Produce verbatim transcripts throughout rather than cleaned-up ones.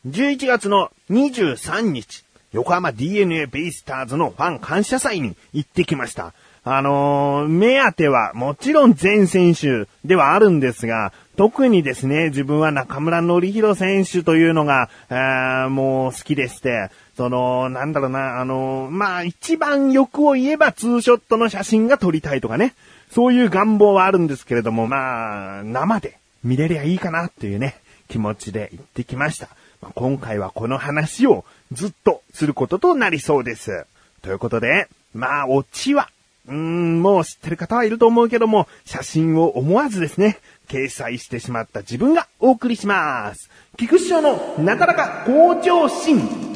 じゅういちがつのにじゅうさんにち、横浜 ディーエヌエー ベイスターズのファン感謝祭に行ってきました。あのー、目当てはもちろん全選手ではあるんですが、特にですね、自分は中村紀弘選手というのが、えー、もう好きでして、その、なんだろうな、あのー、まあ、一番欲を言えばツーショットの写真が撮りたいとかね、そういう願望はあるんですけれども、まあ、生で見れりゃいいかなっていうね、気持ちで行ってきました。まあ、今回はこの話をずっとすることとなりそうです。ということで、まあ、オチは、うーん、もう知ってる方はいると思うけども、写真を思わずですね、掲載してしまった自分がお送りします。菊師匠のなかなか向上心。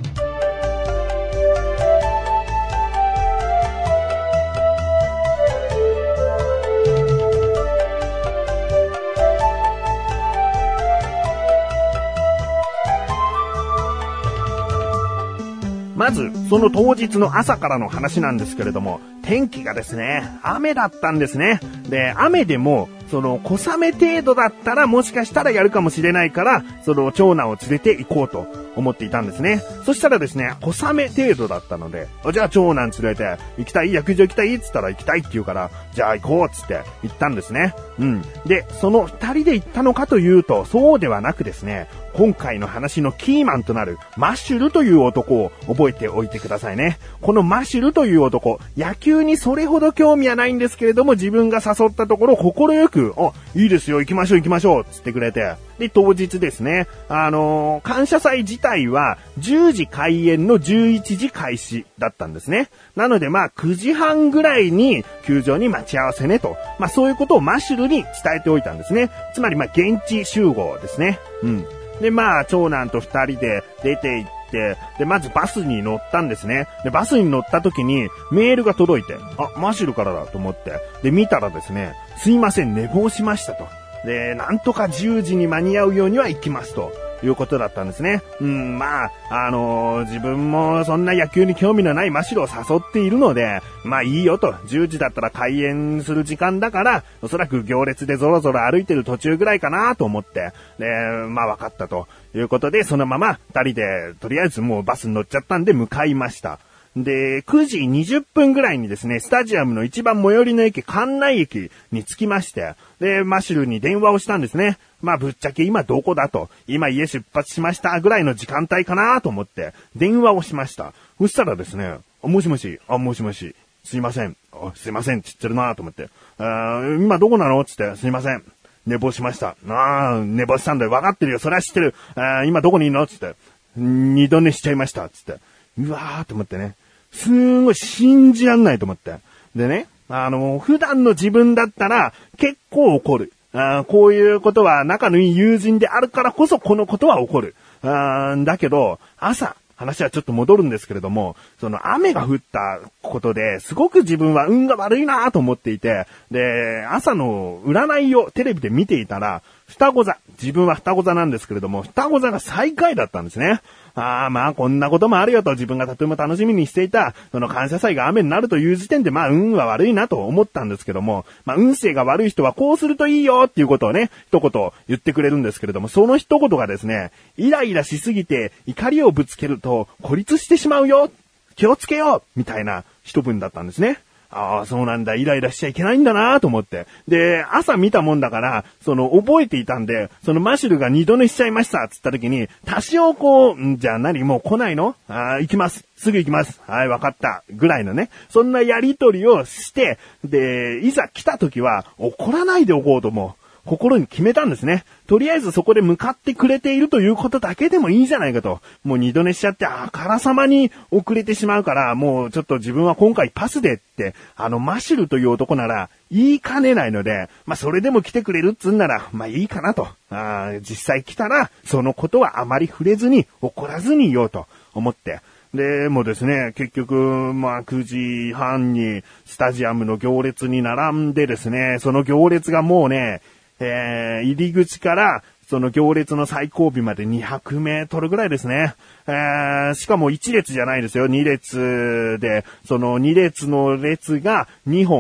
まず、その当日の朝からの話なんですけれども、天気がですね、雨だったんですね。で、雨でも、その小雨程度だったらもしかしたらやるかもしれないから、その長男を連れて行こうと思っていたんですね。そしたらですね、小雨程度だったので、じゃあ長男連れて行きたい、野球場行きたいっつったら行きたいって言うから、じゃあ行こうっつって行ったんですね。うん。で、その二人で行ったのかというと、そうではなくですね、今回の話のキーマンとなるマッシュルという男を覚えておいてくださいね。このマッシュルという男、野球にそれほど興味はないんですけれども、自分が誘ったところ心よく、あ、いいですよ、行きましょう行きましょう、つってくれて。で、当日ですね、あのー、感謝祭自体はじゅうじ開演のじゅういちじ開始だったんですね。なのでまあくじはんぐらいに球場に待ち合わせねと。まあそういうことをマッシュルに伝えておいたんですね。つまりまあ現地集合ですね。うん。で、まあ、長男と二人で出て行って、で、まずバスに乗ったんですね。で、バスに乗った時にメールが届いて、あ、マシュルからだと思って、で、見たらですね、すいません、寝坊しましたと。で、なんとかじゅうじに間に合うようには行きますと。いうことだったんですね。うん、まあ、あのー、自分もそんな野球に興味のないマシュルを誘っているので、まあいいよと、じゅうじだったら開演する時間だから、おそらく行列でゾロゾロ歩いてる途中ぐらいかなと思って、で、まあ分かったということで、そのまま二人で、とりあえずもうバスに乗っちゃったんで向かいました。で、くじにじゅっぷんぐらいにですね、スタジアムの一番最寄りの駅、関内駅に着きまして、で、マシュルに電話をしたんですね。まあ、ぶっちゃけ今どこだと、今家出発しましたぐらいの時間帯かなと思って、電話をしました。そしたらですね、もしもし、あ、もしもし、すいません、あすいませんって言ってるなと思って、あ今どこなのって言って、すいません、寝坊しました。ああ、寝坊したんだよ、分かってるよ、それは知ってる。あ今どこにいるのって言って、二度寝しちゃいましたって言って、うわーと思ってね、すんごい信じらんないと思って。でね、あの、普段の自分だったら結構怒る。あこういうことは仲のいい友人であるからこそこのことは起こる。あだけど、朝、話はちょっと戻るんですけれども、その雨が降ったことですごく自分は運が悪いなと思っていて、で、朝の占いをテレビで見ていたら、双子座、自分は双子座なんですけれども、双子座が最下位だったんですね。ああ、まあこんなこともあるよと自分がとても楽しみにしていた、その感謝祭が雨になるという時点でまあ運は悪いなと思ったんですけども、まあ運勢が悪い人はこうするといいよっていうことをね、一言言ってくれるんですけれども、その一言がですね、イライラしすぎて怒りをぶつけると孤立してしまうよ、気をつけようみたいな一文だったんですね。ああ、そうなんだ。イライラしちゃいけないんだなと思って。で、朝見たもんだから、その、覚えていたんで、そのマシュルが二度寝しちゃいましたっつった時に、多少こう、んじゃあ何もう来ないのああ、行きます。すぐ行きます。はい、わかった。ぐらいのね。そんなやりとりをして、で、いざ来た時は、怒らないでおこうともう。心に決めたんですね。とりあえずそこで向かってくれているということだけでもいいじゃないかと。もう二度寝しちゃってあからさまに遅れてしまうから、もうちょっと自分は今回パスでって、あのマシュルという男なら言いかねないので、まあそれでも来てくれるっつんなら、まあいいかなと。あ実際来たら、そのことはあまり触れずに、怒らずにいようと思って。で、もうですね、結局、まあ、くじはんにスタジアムの行列に並んでですね、その行列がもうね、えー、入り口から、その行列の最後尾までにひゃくメートルぐらいですね。えー、しかもいち列じゃないですよ。に列で、そのに列の列がにほん。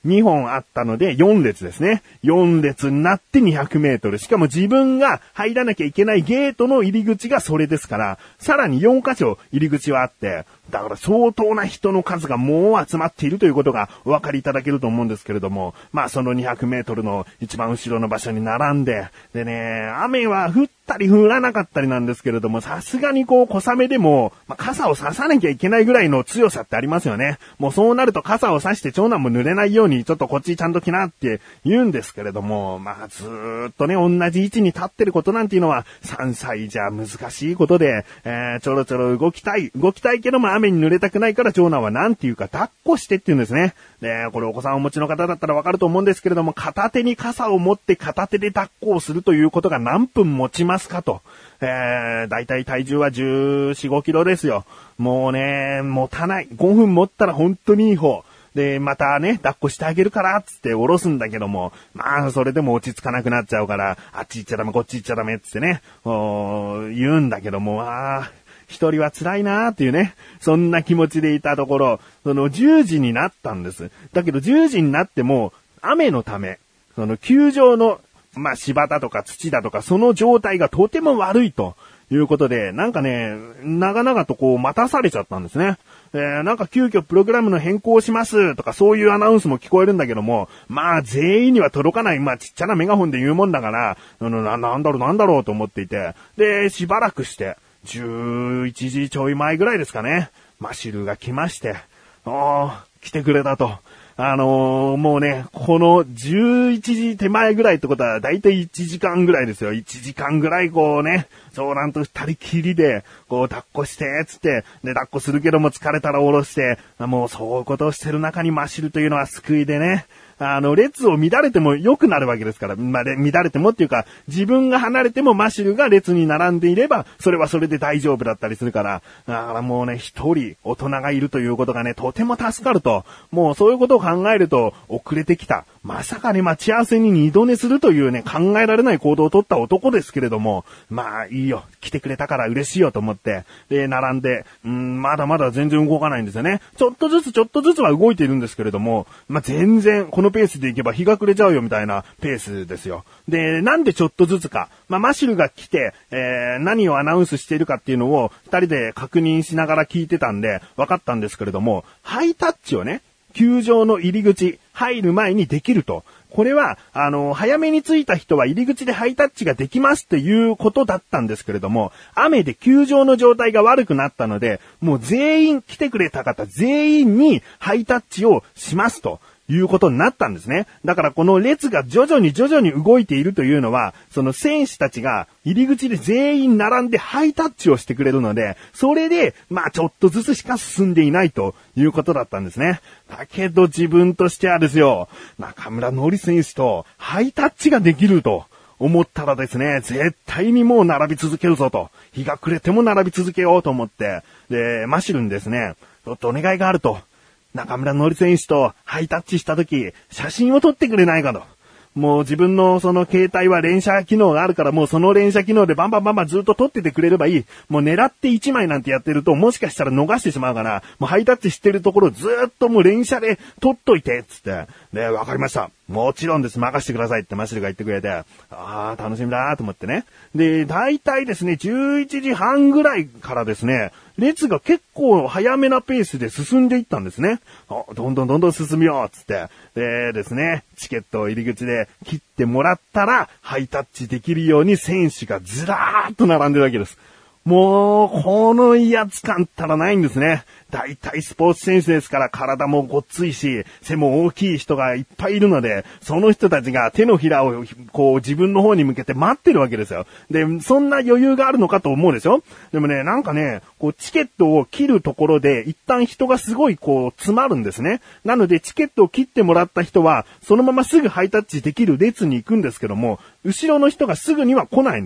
にほんあったのでよん列ですね。よん列になってにひゃくメートル。しかも自分が入らなきゃいけないゲートの入り口がそれですから、さらによん箇所入り口はあって、だから相当な人の数がもう集まっているということがお分かりいただけると思うんですけれども、まあそのにひゃくメートルの一番後ろの場所に並んで、でね、雨は降ったり降らなかったりなんですけれども、さすがにこう小雨でも、まあ、傘を差さなきゃいけないぐらいの強さってありますよね。もうそうなると傘を差して長男も濡れないようにちょっとこっちちゃんと来なって言うんですけれども、まあずーっとね、同じ位置に立ってることなんていうのはさんさいじゃ難しいことで、えー、ちょろちょろ動きたい、動きたいけども雨に濡れたくないから長男はなんていうか抱っこしてって言うんですね。で、これお子さんをお持ちの方だったらわかると思うんですけれども、片手に傘を持って片手で抱っこをするということが何分持ちますかと。えー、だいたい体重はじゅうよん、ごキロですよ。もうね、持たない。ごふん持ったら本当にいい方。で、またね、抱っこしてあげるから、つって下ろすんだけども、まあ、それでも落ち着かなくなっちゃうから、あっち行っちゃダメ、こっち行っちゃダメ、つってね、言うんだけども、ああ、一人は辛いなーっていうね、そんな気持ちでいたところ、そのじゅうじになったんです。だけどじゅうじになっても、雨のため、その球場の、まあ、芝だとか土だとか、その状態がとても悪いということで、なんかね、長々とこう待たされちゃったんですね。えー、なんか急遽プログラムの変更しますとかそういうアナウンスも聞こえるんだけども、まあ全員には届かない、まあちっちゃなメガホンで言うもんだから、な、なんだろうなんだろうと思っていて、で、しばらくして、じゅういちじちょい前ぐらいですかね、マシルが来まして、あー、来てくれたと。あのー、もうね、このじゅういちじ手前ぐらいってことはだいたいいちじかんぐらいですよ。いちじかんぐらいこうね、長男と二人きりで、こう抱っこして、つって、で、抱っこするけども疲れたら下ろして、もうそういうことをしてる中にマシルというのは救いでね、あの、列を乱れても良くなるわけですから、まあ、乱れてもっていうか、自分が離れてもマシルが列に並んでいれば、それはそれで大丈夫だったりするから、だからもうね、一人大人がいるということがね、とても助かると、もうそういうことを考えると、遅れてきた。まさかね、待ち合わせに二度寝するというね、考えられない行動を取った男ですけれども、まあいいよ、来てくれたから嬉しいよと思って、で、並んで、うーん、まだまだ全然動かないんですよね。ちょっとずつちょっとずつは動いているんですけれども、まあ全然、このペースでいけば日が暮れちゃうよみたいなペースですよ。で、なんでちょっとずつか、まあマシルが来て、えー、何をアナウンスしているかっていうのを二人で確認しながら聞いてたんで、分かったんですけれども、ハイタッチをね、球場の入り口、入る前にできると。これは、あの、早めに着いた人は入り口でハイタッチができますっていうことだったんですけれども、雨で球場の状態が悪くなったので、もう全員来てくれた方全員にハイタッチをしますと。いうことになったんですね。だからこの列が徐々に徐々に動いているというのは、その選手たちが入り口で全員並んでハイタッチをしてくれるので、それで、まあちょっとずつしか進んでいないということだったんですね。だけど自分としてはですよ、中村のり選手とハイタッチができると思ったらですね、絶対にもう並び続けるぞと。日が暮れても並び続けようと思って、で、マシルにですね、ちょっとお願いがあると。中村のり選手とハイタッチしたとき、写真を撮ってくれないかと。もう自分のその携帯は連写機能があるから、もうその連写機能でバンバンバンバンずっと撮っててくれればいい。もう狙っていちまいなんてやってると、もしかしたら逃してしまうから、もうハイタッチしてるところずっともう連写で撮っといて、つって。で、わかりました。もちろんです。任せてくださいってマシルが言ってくれて、ああ、楽しみだーと思ってね。で、大体ですね、じゅういちじはんぐらいからですね、列が結構早めなペースで進んでいったんですね。あ、どんどんどんどん進むよ、つって。でですね、チケットを入り口で切ってもらったら、ハイタッチできるように選手がずらーっと並んでるわけです。もう、この威圧感ったらないんですね。大体スポーツ選手ですから体もごっついし、背も大きい人がいっぱいいるので、その人たちが手のひらをこう自分の方に向けて待ってるわけですよ。で、そんな余裕があるのかと思うでしょ？でもね、なんかね、こうチケットを切るところで一旦人がすごいこう詰まるんですね。なのでチケットを切ってもらった人は、そのまますぐハイタッチできる列に行くんですけども、後ろの人がすぐには来ないんです。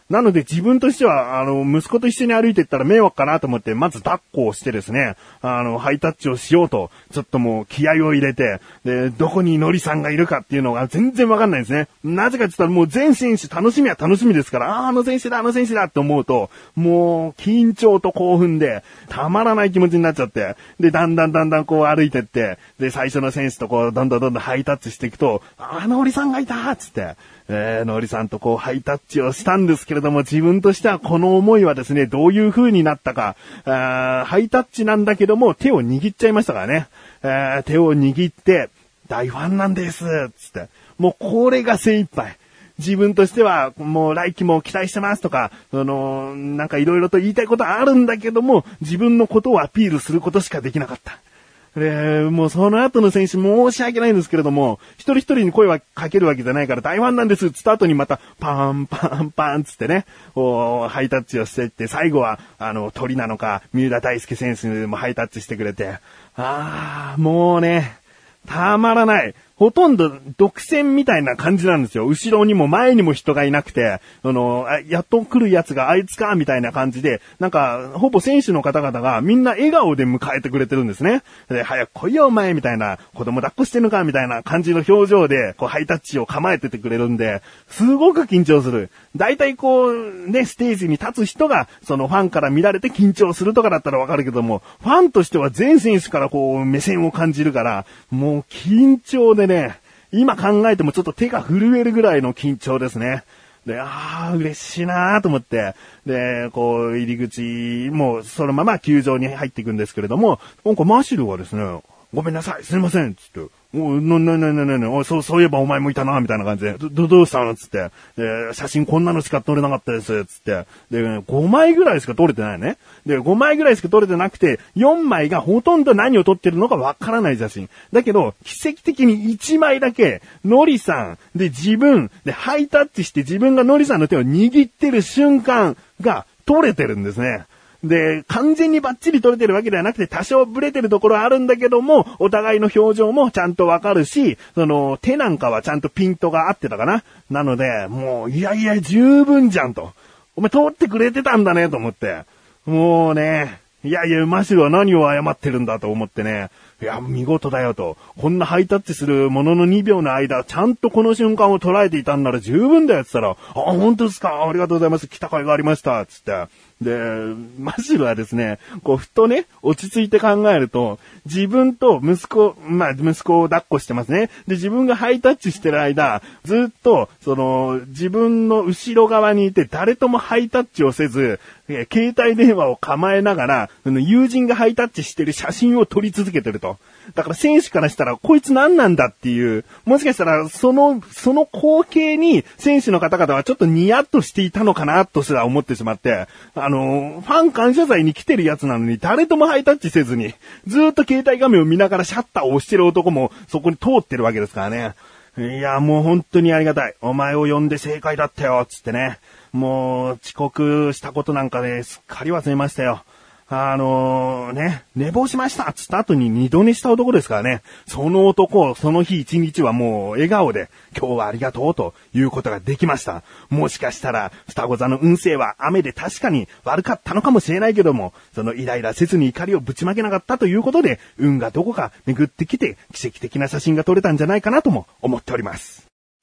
なので自分としては、あの、息子と一緒に歩いていったら迷惑かなと思って、まず抱っこをしてですね、あの、ハイタッチをしようと、ちょっともう気合を入れて、で、どこにのりさんがいるかっていうのが全然わかんないですね。なぜかって言ったらもう全選手楽しみは楽しみですから、ああ、あの選手だ、あの選手だって思うと、もう緊張と興奮で、たまらない気持ちになっちゃって、で、だんだんだんだんこう歩いてって、で、最初の選手とこう、どんどんどんどんハイタッチしていくと、あのりさんがいたーっつって、えー、のりさんとこうハイタッチをしたんですけれども、自分としてはこの思いはですね、どういう風になったか、あハイタッチなんだけども、手を握っちゃいましたからね。えー、手を握って、大ファンなんです、つって。もうこれが精一杯。自分としては、もう来季も期待してますとか、その、なんかいろいろと言いたいことはあるんだけども、自分のことをアピールすることしかできなかった。で、もうその後の選手申し訳ないんですけれども、一人一人に声はかけるわけじゃないから大ファンなんですっつった後にまたパンパンパンつってね、ハイタッチをしていって、最後はあの鳥なのか三浦大輔選手もハイタッチしてくれて、あーもうね、たまらない。ほとんど独占みたいな感じなんですよ。後ろにも前にも人がいなくて、あの、やっと来るやつがあいつかみたいな感じで、なんか、ほぼ選手の方々がみんな笑顔で迎えてくれてるんですね。で、早く来いよお前みたいな、子供抱っこしてんのかみたいな感じの表情で、こうハイタッチを構えててくれるんで、すごく緊張する。大体こう、ね、ステージに立つ人が、そのファンから見られて緊張するとかだったらわかるけども、ファンとしては全選手からこう、目線を感じるから、もう緊張でね、今考えてもちょっと手が震えるぐらいの緊張ですね。で、ああ、嬉しいなーと思って、で、こう、入り口、もうそのまま球場に入っていくんですけれども、なんかマシルがですね、ごめんなさい、すいません、つって、おな、な、な、な、な、な、そう、そういえばお前もいたな、みたいな感じで、ど、どうしたのつって、で、写真こんなのしか撮れなかったです、つって、で、ごまいぐらいしか撮れてないね。で、ごまいぐらいしか撮れてなくて、よんまいがほとんど何を撮ってるのかわからない写真。だけど、奇跡的にいちまいだけ、ノリさん、で、自分、で、ハイタッチして自分がノリさんの手を握ってる瞬間が撮れてるんですね。で、完全にバッチリ撮れてるわけではなくて、多少ブレてるところはあるんだけども、お互いの表情もちゃんとわかるし、その、手なんかはちゃんとピントが合ってたかな。なので、もう、いやいや、十分じゃんと。お前通ってくれてたんだね、と思って。もうね、いやいや、マシルは何を謝ってるんだと思ってね。いや、見事だよと。こんなハイタッチするもののにびょうの間、ちゃんとこの瞬間を捉えていたんなら十分だよって言ったら、あ、本当ですか、ありがとうございます。来た甲斐がありました。つって。で、マシルはですね、こう、ふとね、落ち着いて考えると、自分と息子、まあ、息子を抱っこしてますね。で、自分がハイタッチしてる間、ずっと、その、自分の後ろ側にいて、誰ともハイタッチをせず、えー、携帯電話を構えながら、友人がハイタッチしてる写真を撮り続けてると。だから選手からしたら、こいつ何なんだっていう、もしかしたら、その、その光景に、選手の方々はちょっとニヤッとしていたのかな、とすら思ってしまって、あの、ファン感謝祭に来てるやつなのに、誰ともハイタッチせずに、ずーっと携帯画面を見ながらシャッターを押してる男も、そこに通ってるわけですからね。いや、もう本当にありがたい。お前を呼んで正解だったよ、つってね。もう、遅刻したことなんかですっかり忘れましたよ。あのー、ね、寝坊しましたっつった後に二度寝した男ですからね。その男、その日一日はもう笑顔で、今日はありがとうということができました。もしかしたら、双子座の運勢は雨で確かに悪かったのかもしれないけども、そのイライラせずに怒りをぶちまけなかったということで、運がどこか巡ってきて、奇跡的な写真が撮れたんじゃないかなとも思っております。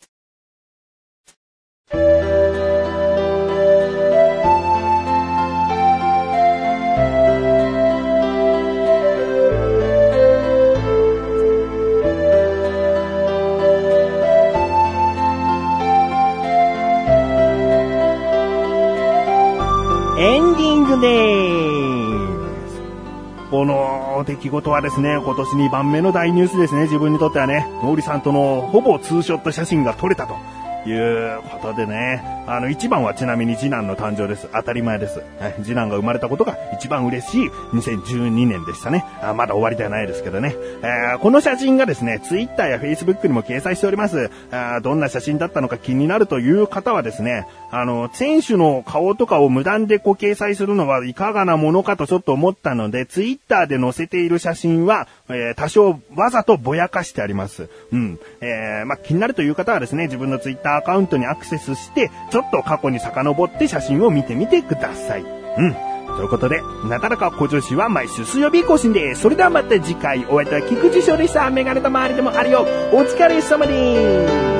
エンディングでーす。この出来事はですね、今年にばんめの大ニュースですね。自分にとってはね、ノーリさんとのほぼツーショット写真が撮れたということでね。あの、一番はちなみに次男の誕生です。当たり前です。次男が生まれたことが一番嬉しいにせんじゅうにねんでしたね。あ、まだ終わりではないですけどね。えー、この写真がですね、ツイッターやフェイスブックにも掲載しております。あ、どんな写真だったのか気になるという方はですね、あの、選手の顔とかを無断でこう掲載するのはいかがなものかとちょっと思ったので、ツイッターで載せている写真は、えー、多少わざとぼやかしてあります。うん。えー、まあ、気になるという方はですね、自分のツイッタターアカウントにアクセスして、ちょっと過去に遡って写真を見てみてください。うん。ということで、なだらか向上心は毎週水曜日更新です。それではまた次回、お会いいたい菊池翔でした。メガネと周りでもあるよ。お疲れ様です。